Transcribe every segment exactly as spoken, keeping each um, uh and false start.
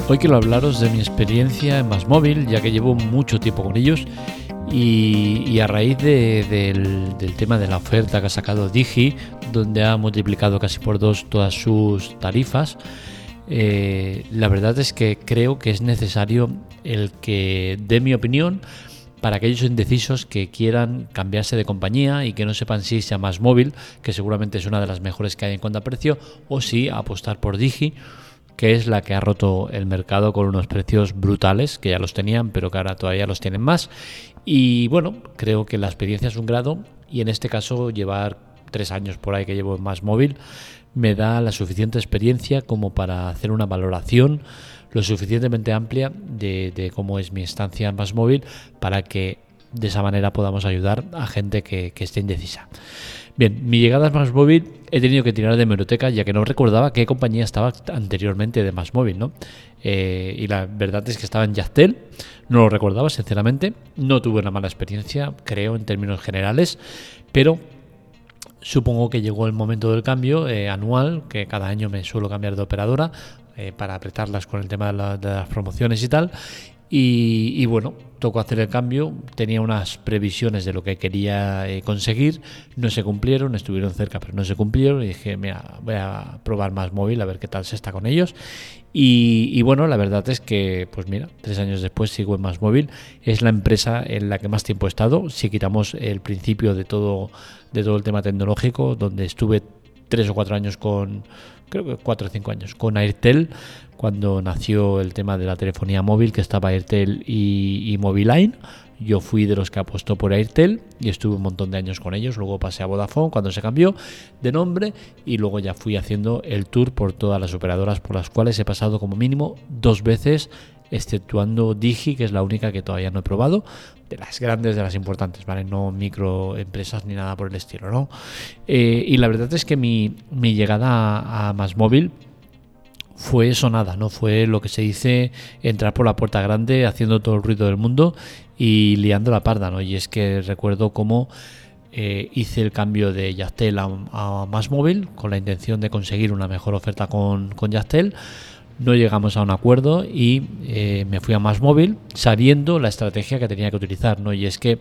Hoy quiero hablaros de mi experiencia en MásMóvil, ya que llevo mucho tiempo con ellos y, y a raíz de, del, del tema de la oferta que ha sacado Digi, donde ha multiplicado casi por dos todas sus tarifas, eh, la verdad es que creo que es necesario el que dé mi opinión para aquellos indecisos que quieran cambiarse de compañía y que no sepan si sea MásMóvil, que seguramente es una de las mejores que hay en cuanto a precio, o si apostar por Digi, que es la que ha roto el mercado con unos precios brutales, que ya los tenían, pero que ahora todavía los tienen más. Y bueno, creo que la experiencia es un grado, y en este caso llevar tres años por ahí que llevo en MásMóvil me da la suficiente experiencia como para hacer una valoración lo suficientemente amplia de, de cómo es mi estancia en MásMóvil, para que de esa manera podamos ayudar a gente que, que esté indecisa. Bien, mi llegada a MásMóvil he tenido que tirar de hemeroteca, ya que no recordaba qué compañía estaba anteriormente de MásMóvil, ¿no? Eh, y la verdad es que estaba en Yastel, no lo recordaba sinceramente, no tuve una mala experiencia, creo, en términos generales, pero supongo que llegó el momento del cambio eh, anual, que cada año me suelo cambiar de operadora eh, para apretarlas con el tema de, la, de las promociones y tal. Y, y bueno, tocó hacer el cambio. Tenía unas previsiones de lo que quería eh, conseguir, no se cumplieron, estuvieron cerca pero no se cumplieron, y dije, mira, voy a probar MásMóvil a ver qué tal se está con ellos. Y, y bueno, la verdad es que, pues mira, tres años después sigo en MásMóvil. Es la empresa en la que más tiempo he estado, si quitamos el principio de todo, de todo el tema tecnológico, donde estuve tres o cuatro años con, creo que cuatro o cinco años, con Airtel, cuando nació el tema de la telefonía móvil, que estaba Airtel y, y Moviline. Yo fui de los que apostó por Airtel y estuve un montón de años con ellos. Luego pasé a Vodafone cuando se cambió de nombre, y luego ya fui haciendo el tour por todas las operadoras por las cuales he pasado como mínimo dos veces, exceptuando Digi, que es la única que todavía no he probado, de las grandes, de las importantes, ¿vale? No microempresas ni nada por el estilo, ¿no? Eh, y la verdad es que mi, mi llegada a, a MásMóvil fue sonada, no fue lo que se dice entrar por la puerta grande haciendo todo el ruido del mundo y liando la parda, ¿no? Y es que recuerdo cómo eh, hice el cambio de Yastel a, a MásMóvil con la intención de conseguir una mejor oferta con, con Yastel. No llegamos a un acuerdo y eh, me fui a MásMóvil sabiendo la estrategia que tenía que utilizar, ¿no? Y es que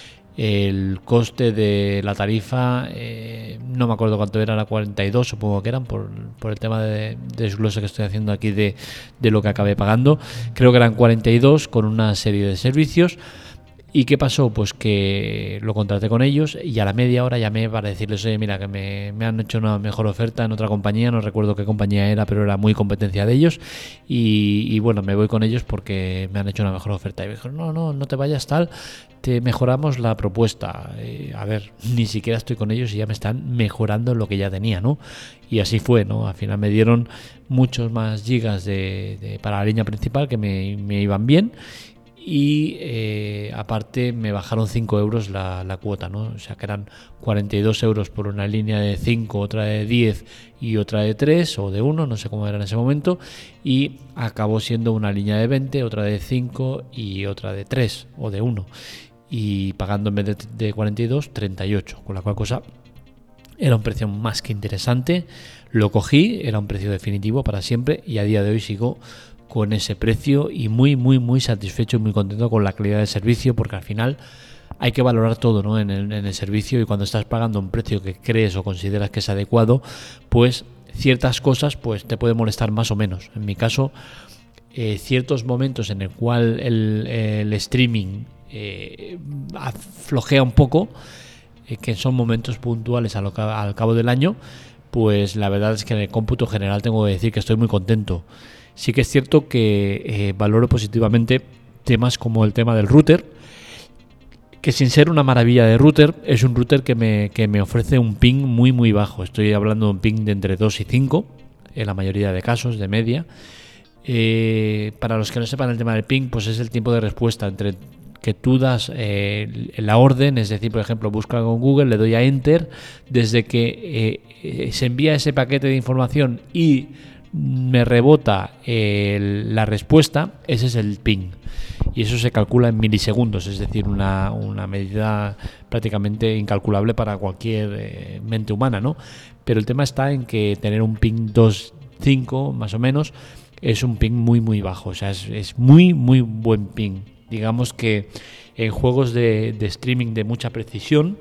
el coste de la tarifa, eh, no me acuerdo cuánto era, era cuarenta y dos, supongo que eran, por, por el tema de, de desglose que estoy haciendo aquí de, de lo que acabé pagando. Creo que eran cuarenta y dos con una serie de servicios. ¿Y qué pasó? Pues que lo contraté con ellos y a la media hora llamé para decirles, oye, mira, que me, me han hecho una mejor oferta en otra compañía, no recuerdo qué compañía era, pero era muy competencia de ellos, y, y bueno, me voy con ellos porque me han hecho una mejor oferta. Y me dijeron, no, no, no te vayas tal, te mejoramos la propuesta. Eh, a ver, ni siquiera estoy con ellos y ya me están mejorando lo que ya tenía, ¿no? Y así fue, ¿no? Al final me dieron muchos más gigas de, de, para la línea principal que me, me iban bien. Y eh, aparte me bajaron cinco euros la, la cuota, ¿no? O sea que eran cuarenta y dos euros por una línea de cinco, otra de diez y otra de tres o de uno, no sé cómo era en ese momento, y acabó siendo una línea de veinte, otra de cinco y otra de tres o de uno, y pagando en vez de, de cuarenta y dos, treinta y ocho, con la cual cosa era un precio más que interesante. Lo cogí, era un precio definitivo para siempre, y a día de hoy sigo con ese precio y muy muy muy satisfecho y muy contento con la calidad del servicio, porque al final hay que valorar todo, ¿no? en, el, en el servicio, y cuando estás pagando un precio que crees o consideras que es adecuado, pues ciertas cosas pues te puede molestar más o menos. En mi caso, eh, ciertos momentos en el cual el, el streaming eh, aflojea un poco, eh, que son momentos puntuales al, al cabo del año, pues la verdad es que en el cómputo general tengo que decir que estoy muy contento. Sí que es cierto que eh, valoro positivamente temas como el tema del router, que sin ser una maravilla de router, es un router que me, que me ofrece un ping muy muy bajo. Estoy hablando de un ping de entre dos y cinco, en la mayoría de casos, de media. Eh, para los que no sepan el tema del ping, pues es el tiempo de respuesta entre que tú das eh, la orden, es decir, por ejemplo, busca con Google, le doy a Enter, desde que eh, se envía ese paquete de información y me rebota eh, la respuesta, ese es el ping, y eso se calcula en milisegundos, es decir, una, una medida prácticamente incalculable para cualquier eh, mente humana, ¿no? Pero el tema está en que tener un ping dos punto cinco más o menos es un ping muy muy bajo, o sea, es, es muy muy buen ping. Digamos que en juegos de, de streaming de mucha precisión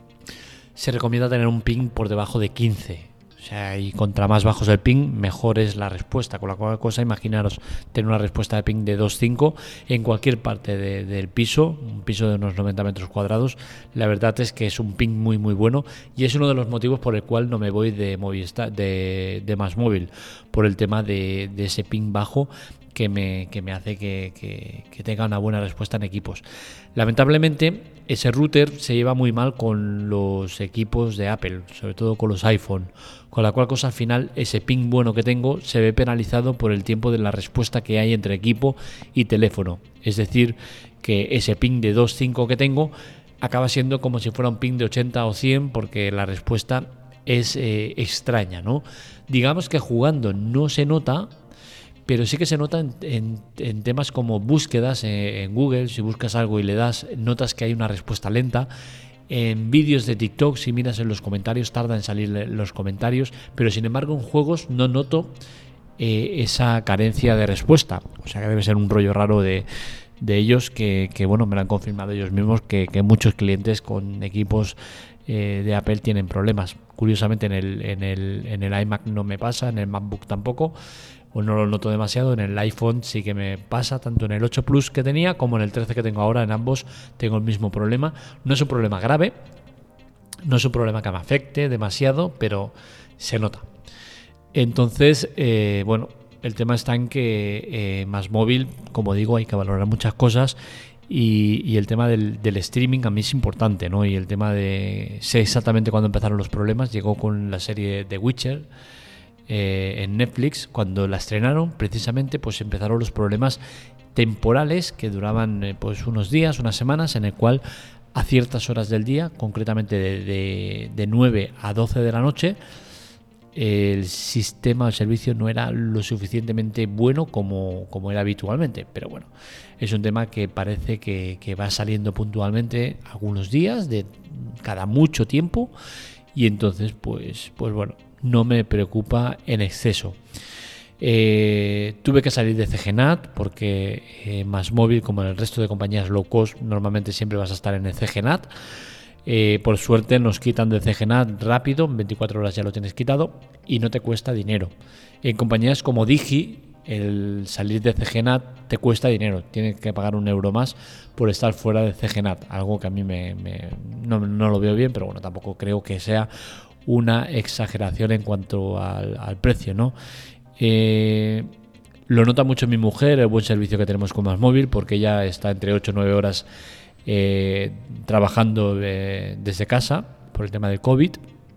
se recomienda tener un ping por debajo de quince. O sea, y contra más bajo es el ping, mejor es la respuesta. Con la cual cosa, imaginaros tener una respuesta de ping de dos punto cinco en cualquier parte de, del piso, un piso de unos noventa metros cuadrados. La verdad es que es un ping muy muy bueno y es uno de los motivos por el cual no me voy de Movistar, de, de Más Móvil, por el tema de, de ese ping bajo que me, que me hace que, que, que tenga una buena respuesta en equipos. Lamentablemente, ese router se lleva muy mal con los equipos de Apple, sobre todo con los iPhone, con la cual cosa al final ese ping bueno que tengo se ve penalizado por el tiempo de la respuesta que hay entre equipo y teléfono. Es decir, que ese ping de dos punto cinco que tengo acaba siendo como si fuera un ping de ochenta o cien porque la respuesta es eh, extraña, ¿no? Digamos que jugando no se nota, pero sí que se nota en, en, en temas como búsquedas eh, en Google. Si buscas algo y le das, notas que hay una respuesta lenta. En vídeos de TikTok, si miras en los comentarios, tarda en salir los comentarios, pero sin embargo en juegos no noto eh, esa carencia de respuesta. O sea que debe ser un rollo raro de, de ellos que, que, bueno, me lo han confirmado ellos mismos, que, que muchos clientes con equipos eh, de Apple tienen problemas. Curiosamente en el, en, el, en el iMac no me pasa, en el MacBook tampoco, o no lo noto demasiado. En el iPhone sí que me pasa, tanto en el ocho Plus que tenía como en el trece que tengo ahora. En ambos tengo el mismo problema. No es un problema grave, no es un problema que me afecte demasiado, pero se nota. Entonces, eh, bueno, el tema está en que eh, Más Móvil, como digo, hay que valorar muchas cosas. Y, y el tema del, del streaming a mí es importante, ¿no? Y el tema de... Sé exactamente cuándo empezaron los problemas. Llegó con la serie The Witcher eh, en Netflix. Cuando la estrenaron, precisamente, pues empezaron los problemas temporales que duraban eh, pues unos días, unas semanas, en el cual a ciertas horas del día, concretamente de, de, de nueve a doce de la noche, el sistema o el servicio no era lo suficientemente bueno como, como era habitualmente. Pero bueno, es un tema que parece que, que va saliendo puntualmente algunos días, de cada mucho tiempo, y entonces pues, pues bueno, no me preocupa en exceso. Eh, tuve que salir de C G N A T porque eh, Más Móvil, como en el resto de compañías low cost, normalmente siempre vas a estar en el C G N A T. Eh, por suerte nos quitan de C G N A T rápido, en veinticuatro horas ya lo tienes quitado y no te cuesta dinero. En compañías como Digi, el salir de C G N A T te cuesta dinero, tienes que pagar un euro más por estar fuera de C G N A T, algo que a mí me, me, no, no lo veo bien, pero bueno, tampoco creo que sea una exageración en cuanto al, al precio, ¿no? Eh, lo nota mucho mi mujer, el buen servicio que tenemos con Más Móvil, porque ella está entre ocho o nueve horas Eh, trabajando eh, desde casa por el tema del COVID,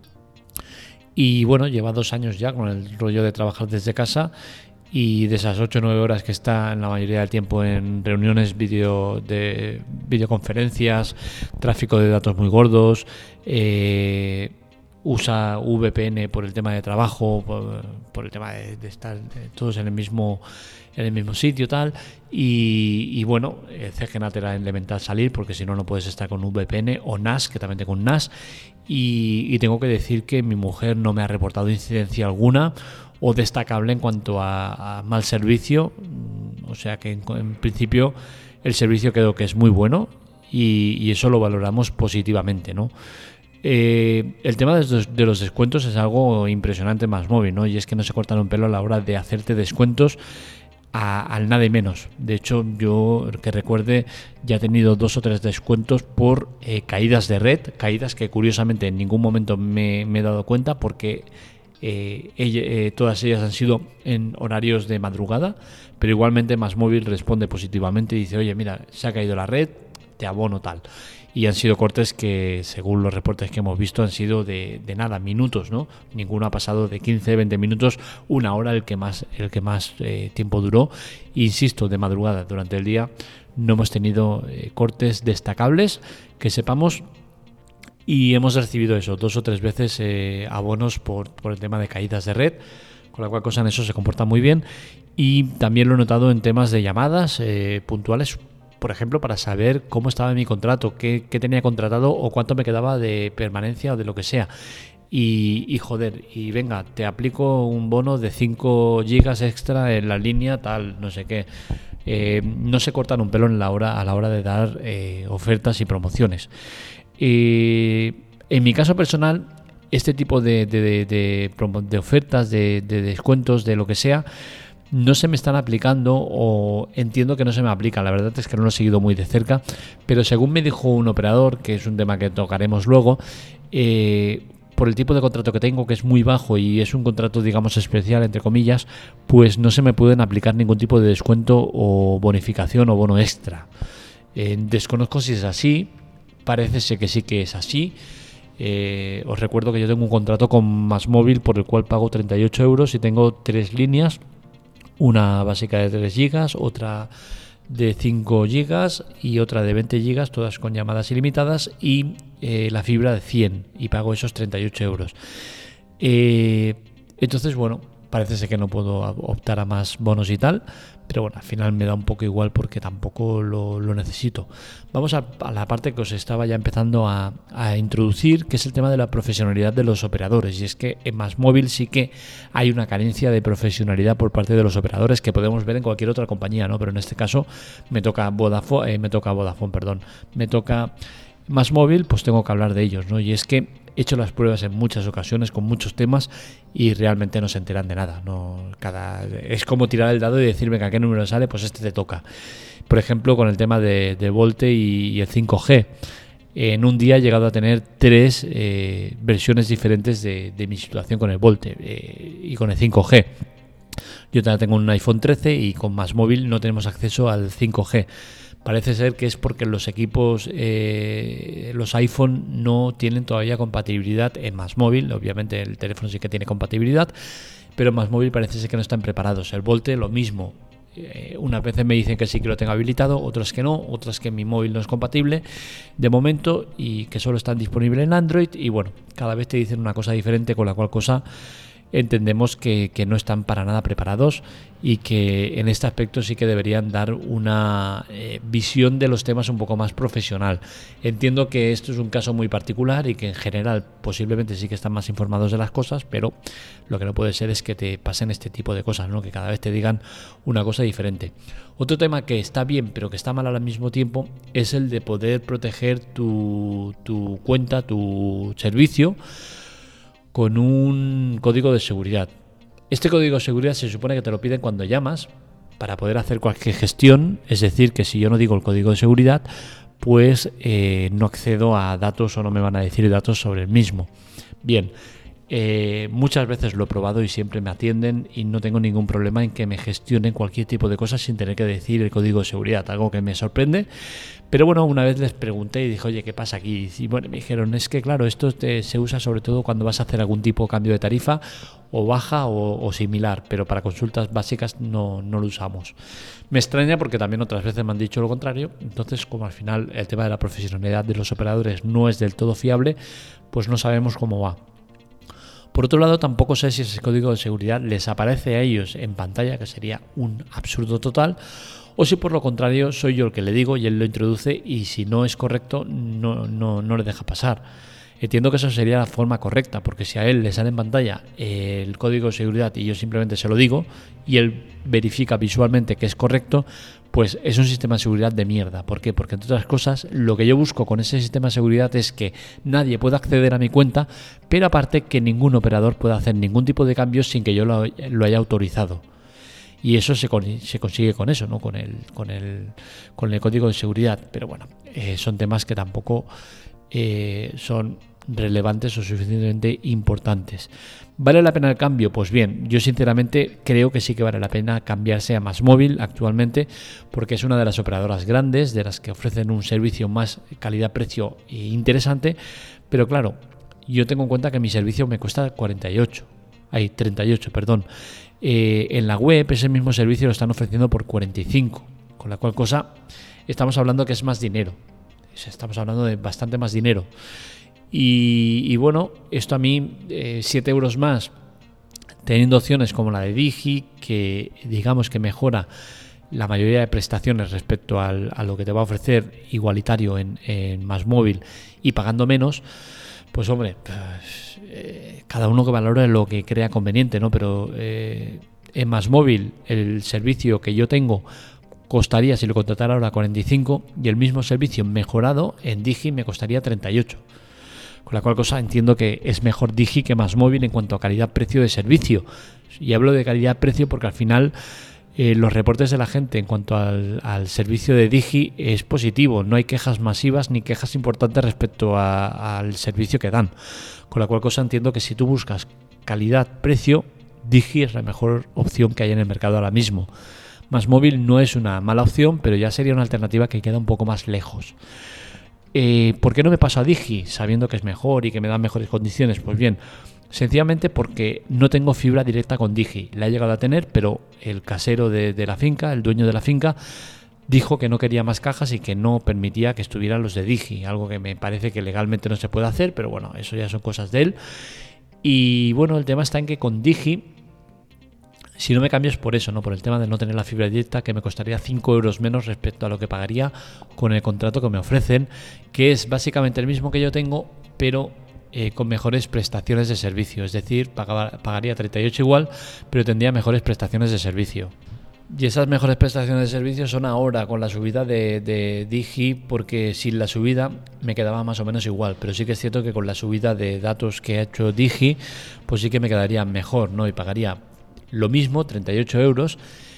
y bueno, lleva dos años ya con el rollo de trabajar desde casa, y de esas ocho o nueve horas que está en la mayoría del tiempo en reuniones video de videoconferencias, tráfico de datos muy gordos, eh, usa V P N por el tema de trabajo, por, por el tema de, de estar todos en el mismo en el mismo sitio, tal, y, y bueno, C G N A T era elemental salir, porque si no, no puedes estar con V P N o N A S, que también tengo un N A S, y, y tengo que decir que mi mujer no me ha reportado incidencia alguna o destacable en cuanto a, a mal servicio, o sea que en, en principio el servicio creo que es muy bueno, y, y eso lo valoramos positivamente, ¿no? Eh, el tema de los, de los descuentos es algo impresionante en Más Móvil, ¿no? Y es que no se cortan un pelo a la hora de hacerte descuentos a, al nada y menos. De hecho, yo que recuerde ya he tenido dos o tres descuentos por eh, caídas de red, caídas que curiosamente en ningún momento me, me he dado cuenta, porque eh, ella, eh, todas ellas han sido en horarios de madrugada, pero igualmente Más Móvil responde positivamente y dice: oye, mira, se ha caído la red, te abono tal. Y han sido cortes que, según los reportes que hemos visto, han sido de, de nada, minutos, ¿no? Ninguno ha pasado de quince, veinte minutos, una hora el que más, el que más eh, tiempo duró. Insisto, de madrugada, durante el día no hemos tenido eh, cortes destacables que sepamos, y hemos recibido eso, dos o tres veces eh, abonos por, por el tema de caídas de red, con la cual cosa en eso se comporta muy bien. Y también lo he notado en temas de llamadas eh, puntuales, por ejemplo, para saber cómo estaba mi contrato, qué, qué tenía contratado o cuánto me quedaba de permanencia o de lo que sea. y, y joder, y venga, te aplico un bono de cinco gigas extra en la línea tal, no sé qué. Eh, no se cortan un pelo en la hora, a la hora de dar eh, ofertas y promociones. Eh, en mi caso personal, este tipo de, de, de, de, de ofertas, de, de descuentos, de lo que sea, no se me están aplicando, o entiendo que no se me aplican. La verdad es que no lo he seguido muy de cerca, pero según me dijo un operador, que es un tema que tocaremos luego, eh, por el tipo de contrato que tengo, que es muy bajo y es un contrato, digamos, especial, entre comillas, pues no se me pueden aplicar ningún tipo de descuento o bonificación o bono extra. Eh, desconozco si es así, parece ser que sí que es así. Eh, os recuerdo que yo tengo un contrato con MásMóvil por el cual pago treinta y ocho euros y tengo tres líneas, una básica de tres gigas, otra de cinco gigas y otra de veinte gigas, todas con llamadas ilimitadas, y eh, la fibra de cien, y pago esos treinta y ocho euros. Eh, entonces, bueno, parece ser que no puedo optar a más bonos y tal, pero bueno, al final me da un poco igual porque tampoco lo, lo necesito. Vamos a, a la parte que os estaba ya empezando a, a introducir, que es el tema de la profesionalidad de los operadores. Y es que en MásMóvil sí que hay una carencia de profesionalidad por parte de los operadores que podemos ver en cualquier otra compañía, ¿no? Pero en este caso me toca Vodafone, eh, me toca Vodafone, perdón, me toca MásMóvil, pues tengo que hablar de ellos, ¿no? Y es que he hecho las pruebas en muchas ocasiones con muchos temas y realmente no se enteran de nada, no, cada, es como tirar el dado y decirme que a qué número sale, pues este te toca. Por ejemplo, con el tema de, de Volte y, y el cinco G, en un día he llegado a tener tres eh, versiones diferentes de, de mi situación con el Volte eh, y con el cinco G. Yo también tengo un iPhone trece y con MásMóvil no tenemos acceso al cinco G. Parece ser que es porque los equipos, eh, los iPhone no tienen todavía compatibilidad en MásMóvil. Obviamente el teléfono sí que tiene compatibilidad, pero en MásMóvil parece ser que no están preparados. El Volte lo mismo. Eh, unas veces me dicen que sí que lo tengo habilitado, otras que no, otras que mi móvil no es compatible de momento y que solo están disponibles en Android. Y bueno, cada vez te dicen una cosa diferente, con la cual cosa entendemos que, que no están para nada preparados y que en este aspecto sí que deberían dar una eh, visión de los temas un poco más profesional. Entiendo que esto es un caso muy particular y que en general posiblemente sí que están más informados de las cosas, pero lo que no puede ser es que te pasen este tipo de cosas, ¿no? Que cada vez te digan una cosa diferente. Otro tema que está bien pero que está mal al mismo tiempo es el de poder proteger tu, tu cuenta, tu servicio, con un código de seguridad. Este código de seguridad se supone que te lo piden cuando llamas para poder hacer cualquier gestión, es decir, que si yo no digo el código de seguridad, pues eh, no accedo a datos o no me van a decir datos sobre el mismo. Bien, eh, muchas veces lo he probado y siempre me atienden y no tengo ningún problema en que me gestionen cualquier tipo de cosas sin tener que decir el código de seguridad, algo que me sorprende. Pero bueno, una vez les pregunté y dije, oye, ¿qué pasa aquí? Y bueno, me dijeron, es que claro, esto te, se usa sobre todo cuando vas a hacer algún tipo de cambio de tarifa o baja o, o similar, pero para consultas básicas no, no lo usamos. Me extraña porque también otras veces me han dicho lo contrario. Entonces, como al final el tema de la profesionalidad de los operadores no es del todo fiable, pues no sabemos cómo va. Por otro lado, tampoco sé si ese código de seguridad les aparece a ellos en pantalla, que sería un absurdo total, o si por lo contrario soy yo el que le digo y él lo introduce y si no es correcto no, no, no le deja pasar. Entiendo que eso sería la forma correcta, porque si a él le sale en pantalla el código de seguridad y yo simplemente se lo digo y él verifica visualmente que es correcto, pues es un sistema de seguridad de mierda. ¿Por qué? Porque entre otras cosas lo que yo busco con ese sistema de seguridad es que nadie pueda acceder a mi cuenta, pero aparte que ningún operador pueda hacer ningún tipo de cambio sin que yo lo, lo haya autorizado. Y eso se, con, se consigue con eso, ¿no? Con el, con el, con el código de seguridad. Pero bueno, eh, son temas que tampoco eh, son relevantes o suficientemente importantes. ¿Vale la pena el cambio? Pues bien, yo sinceramente creo que sí que vale la pena cambiarse a MásMóvil actualmente, porque es una de las operadoras grandes, de las que ofrecen un servicio más calidad-precio interesante, pero claro, yo tengo en cuenta que mi servicio me cuesta cuarenta y ocho, hay treinta y ocho, perdón. Eh, en la web ese mismo servicio lo están ofreciendo por cuarenta y cinco, con la cual cosa estamos hablando que es más dinero, estamos hablando de bastante más dinero. Y, y bueno, esto a mí, eh, siete euros más, teniendo opciones como la de Digi, que digamos que mejora la mayoría de prestaciones respecto al, a lo que te va a ofrecer igualitario en, en MásMóvil y pagando menos, Pues hombre, pues, eh, cada uno que valore lo que crea conveniente, ¿no? Pero eh, en MásMóvil el servicio que yo tengo costaría, si lo contratara ahora, cuarenta y cinco, y el mismo servicio mejorado en Digi me costaría treinta y ocho. Con la cual cosa entiendo que es mejor Digi que MásMóvil en cuanto a calidad-precio de servicio. Y hablo de calidad-precio porque al final eh, los reportes de la gente en cuanto al, al servicio de Digi es positivo. No hay quejas masivas ni quejas importantes respecto a, al servicio que dan. Con la cual cosa entiendo que si tú buscas calidad-precio, Digi es la mejor opción que hay en el mercado ahora mismo. MásMóvil no es una mala opción, pero ya sería una alternativa que queda un poco más lejos. Eh, ¿Por qué no me paso a Digi sabiendo que es mejor y que me dan mejores condiciones? Pues bien, sencillamente porque no tengo fibra directa con Digi. La he llegado a tener, pero el casero de, de la finca, el dueño de la finca, dijo que no quería más cajas y que no permitía que estuvieran los de Digi, algo que me parece que legalmente no se puede hacer, pero bueno, eso ya son cosas de él. Y bueno, el tema está en que con Digi, si no me cambio es por eso, ¿no? Por el tema de no tener la fibra directa, que me costaría cinco euros menos respecto a lo que pagaría con el contrato que me ofrecen, que es básicamente el mismo que yo tengo, pero eh, con mejores prestaciones de servicio. Es decir, pagaba, pagaría treinta y ocho igual, pero tendría mejores prestaciones de servicio. Y esas mejores prestaciones de servicio son ahora con la subida de, de Digi, porque sin la subida me quedaba más o menos igual, pero sí que es cierto que con la subida de datos que ha hecho Digi, pues sí que me quedaría mejor, ¿no? Y pagaría lo mismo, treinta y ocho euros,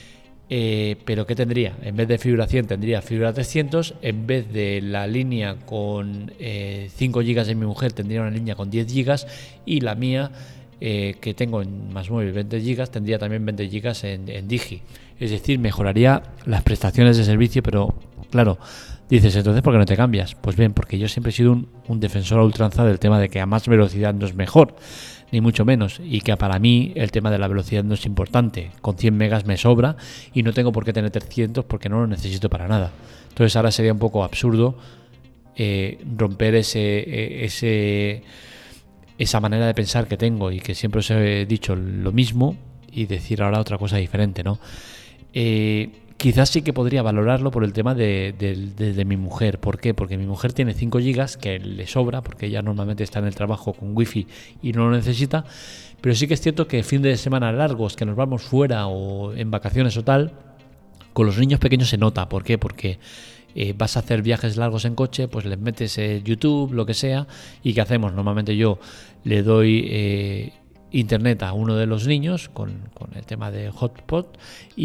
eh, pero ¿qué tendría? En vez de fibra cien tendría fibra trescientos, en vez de la línea con eh, cinco gigas de mi mujer tendría una línea con diez gigas, y la mía, eh, que tengo en MásMóvil veinte gigas, tendría también veinte gigas en, en Digi. Es decir, mejoraría las prestaciones de servicio, pero claro, dices, entonces ¿por qué no te cambias? Pues bien, porque yo siempre he sido un, un defensor a ultranza del tema de que a más velocidad no es mejor, ni mucho menos, y que para mí el tema de la velocidad no es importante. Con cien megas me sobra y no tengo por qué tener trescientos porque no lo necesito para nada. Entonces ahora sería un poco absurdo eh, romper ese, ese esa manera de pensar que tengo y que siempre os he dicho lo mismo y decir ahora otra cosa diferente, ¿no? Eh, quizás sí que podría valorarlo por el tema de, de, de, de mi mujer. ¿Por qué? Porque mi mujer tiene cinco gigas que le sobra, porque ella normalmente está en el trabajo con wifi y no lo necesita, pero sí que es cierto que fin de semana largos, que nos vamos fuera o en vacaciones o tal, con los niños pequeños se nota. ¿Por qué? Porque eh, vas a hacer viajes largos en coche, pues les metes eh, YouTube, lo que sea, y ¿qué hacemos? Normalmente yo le doy Eh, internet a uno de los niños con, con el tema de hotspot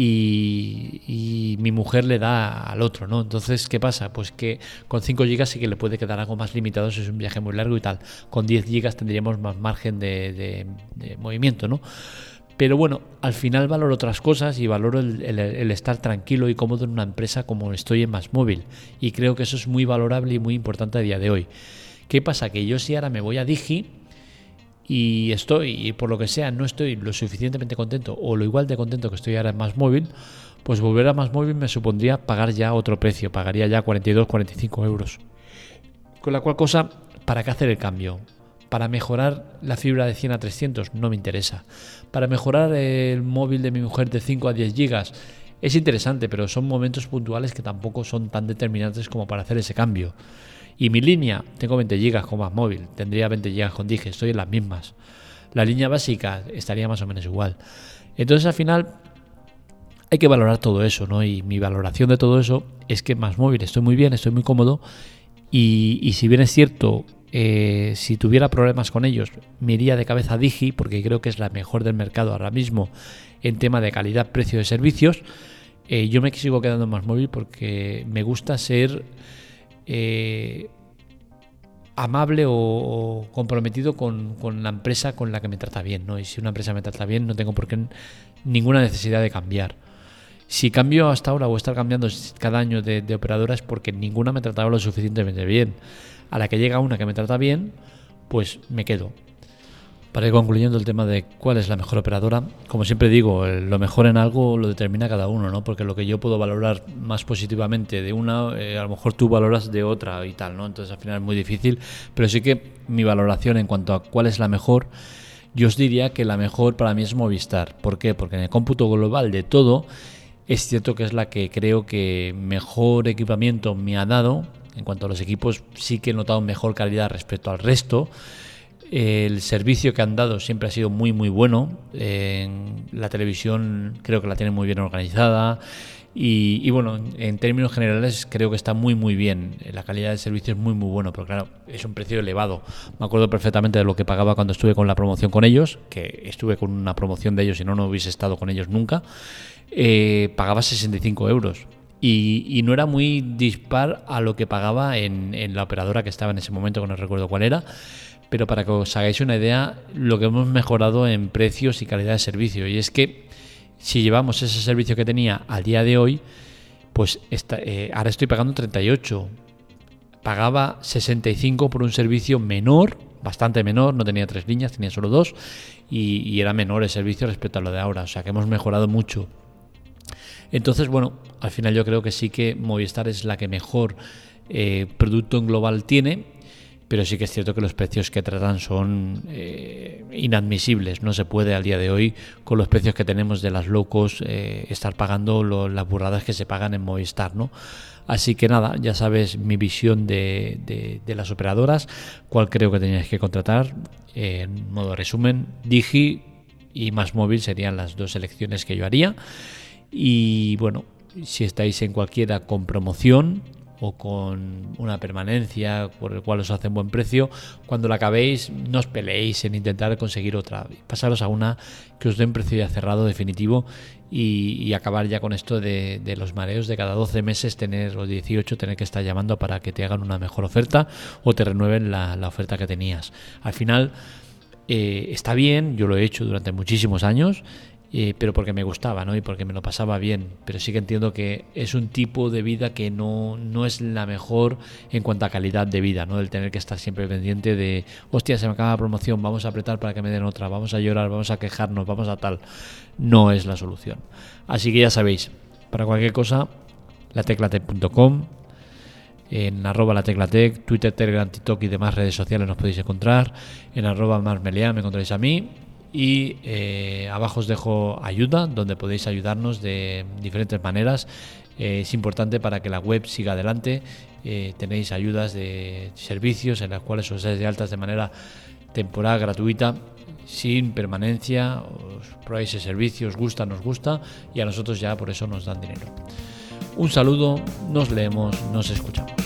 y, y mi mujer le da al otro, ¿no? Entonces, ¿qué pasa? Pues que con cinco gigas sí que le puede quedar algo más limitado si es un viaje muy largo y tal. Con diez gigas tendríamos más margen de, de, de movimiento, ¿no? Pero bueno, al final valoro otras cosas y valoro el, el, el estar tranquilo y cómodo en una empresa como estoy en MásMóvil, y creo que eso es muy valorable y muy importante a día de hoy. ¿Qué pasa? Que yo si ahora me voy a Digi y estoy, y por lo que sea, no estoy lo suficientemente contento o lo igual de contento que estoy ahora en MásMóvil, pues volver a MásMóvil me supondría pagar ya otro precio, pagaría ya cuarenta y dos, cuarenta y cinco euros. Con la cual cosa, ¿para qué hacer el cambio? Para mejorar la fibra de cien a trescientos no me interesa. Para mejorar el móvil de mi mujer de cinco a diez gigas es interesante, pero son momentos puntuales que tampoco son tan determinantes como para hacer ese cambio. Y mi línea, tengo veinte gigas con MásMóvil, tendría veinte gigas con Digi, estoy en las mismas. La línea básica estaría más o menos igual. Entonces al final hay que valorar todo eso, ¿no? Y mi valoración de todo eso es que MásMóvil estoy muy bien, estoy muy cómodo, y, y si bien es cierto, eh, si tuviera problemas con ellos me iría de cabeza a Digi, porque creo que es la mejor del mercado ahora mismo en tema de calidad, precio de servicios. Eh, yo me sigo quedando en MásMóvil porque me gusta ser Eh, amable o, o comprometido con, con la empresa con la que me trata bien, ¿no? Y si una empresa me trata bien, no tengo por qué ninguna necesidad de cambiar. Si cambio hasta ahora o estar cambiando cada año de, de operadora es porque ninguna me trataba lo suficientemente bien. A la que llega una que me trata bien, pues me quedo. Para ir concluyendo el tema de cuál es la mejor operadora, como siempre digo, lo mejor en algo lo determina cada uno, ¿no? Porque lo que yo puedo valorar más positivamente de una, eh, a lo mejor tú valoras de otra y tal, ¿no? Entonces al final es muy difícil, pero sí que mi valoración en cuanto a cuál es la mejor, yo os diría que la mejor para mí es Movistar. ¿Por qué? Porque en el cómputo global de todo es cierto que es la que creo que mejor equipamiento me ha dado En cuanto a los equipos, sí que he notado mejor calidad respecto al resto. El servicio que han dado siempre ha sido muy muy bueno. En la televisión creo que la tienen muy bien organizada y, y bueno, en términos generales creo que está muy muy bien. La calidad del servicio es muy muy bueno, pero claro, es un precio elevado. Me acuerdo perfectamente de lo que pagaba cuando estuve con la promoción con ellos, que estuve con una promoción de ellos y no, no hubiese estado con ellos nunca. Eh, pagaba sesenta y cinco euros. Y, y no era muy dispar a lo que pagaba en, en la operadora que estaba en ese momento, que no recuerdo cuál era. Pero para que os hagáis una idea, lo que hemos mejorado en precios y calidad de servicio. Y es que si llevamos ese servicio que tenía al día de hoy, pues esta, eh, ahora estoy pagando treinta y ocho. Pagaba sesenta y cinco por un servicio menor, bastante menor, no tenía tres líneas, tenía solo dos. Y, y era menor el servicio respecto a lo de ahora. O sea que hemos mejorado mucho. Entonces, bueno, al final yo creo que sí que Movistar es la que mejor eh, producto en global tiene. Pero sí que es cierto que los precios que tratan son eh, inadmisibles. No se puede al día de hoy, con los precios que tenemos de las low cost, eh, estar pagando lo, las burradas que se pagan en Movistar, ¿no? Así que nada, ya sabes mi visión de, de, de las operadoras, cuál creo que teníais que contratar. Eh, en modo resumen, Digi y MásMóvil serían las dos elecciones que yo haría. Y bueno, si estáis en cualquiera con promoción o con una permanencia por el cual os hacen buen precio, cuando la acabéis no os peleéis en intentar conseguir otra, pasaros a una que os dé un precio ya cerrado, definitivo, y, y acabar ya con esto de, de los mareos de cada doce meses tener o dieciocho tener que estar llamando para que te hagan una mejor oferta o te renueven la, la oferta que tenías. Al final eh, está bien, yo lo he hecho durante muchísimos años, Eh, pero porque me gustaba, ¿no? Y porque me lo pasaba bien. Pero sí que entiendo que es un tipo de vida que no, no es la mejor en cuanto a calidad de vida, ¿no? El tener que estar siempre pendiente de, hostia, se me acaba la promoción, vamos a apretar para que me den otra, vamos a llorar, vamos a quejarnos, vamos a tal. No es la solución. Así que ya sabéis, para cualquier cosa, lateclatec punto com, en arroba lateclatec, Twitter, Telegram, TikTok y demás redes sociales nos podéis encontrar. En arroba marsmeliá me encontráis a mí. Y eh, abajo os dejo ayuda, donde podéis ayudarnos de diferentes maneras. Eh, es importante para que la web siga adelante. Eh, tenéis ayudas de servicios en las cuales os dais de altas de manera temporal, gratuita, sin permanencia. Os probáis el servicio, os gusta, nos gusta, y a nosotros ya por eso nos dan dinero. Un saludo, nos leemos, nos escuchamos.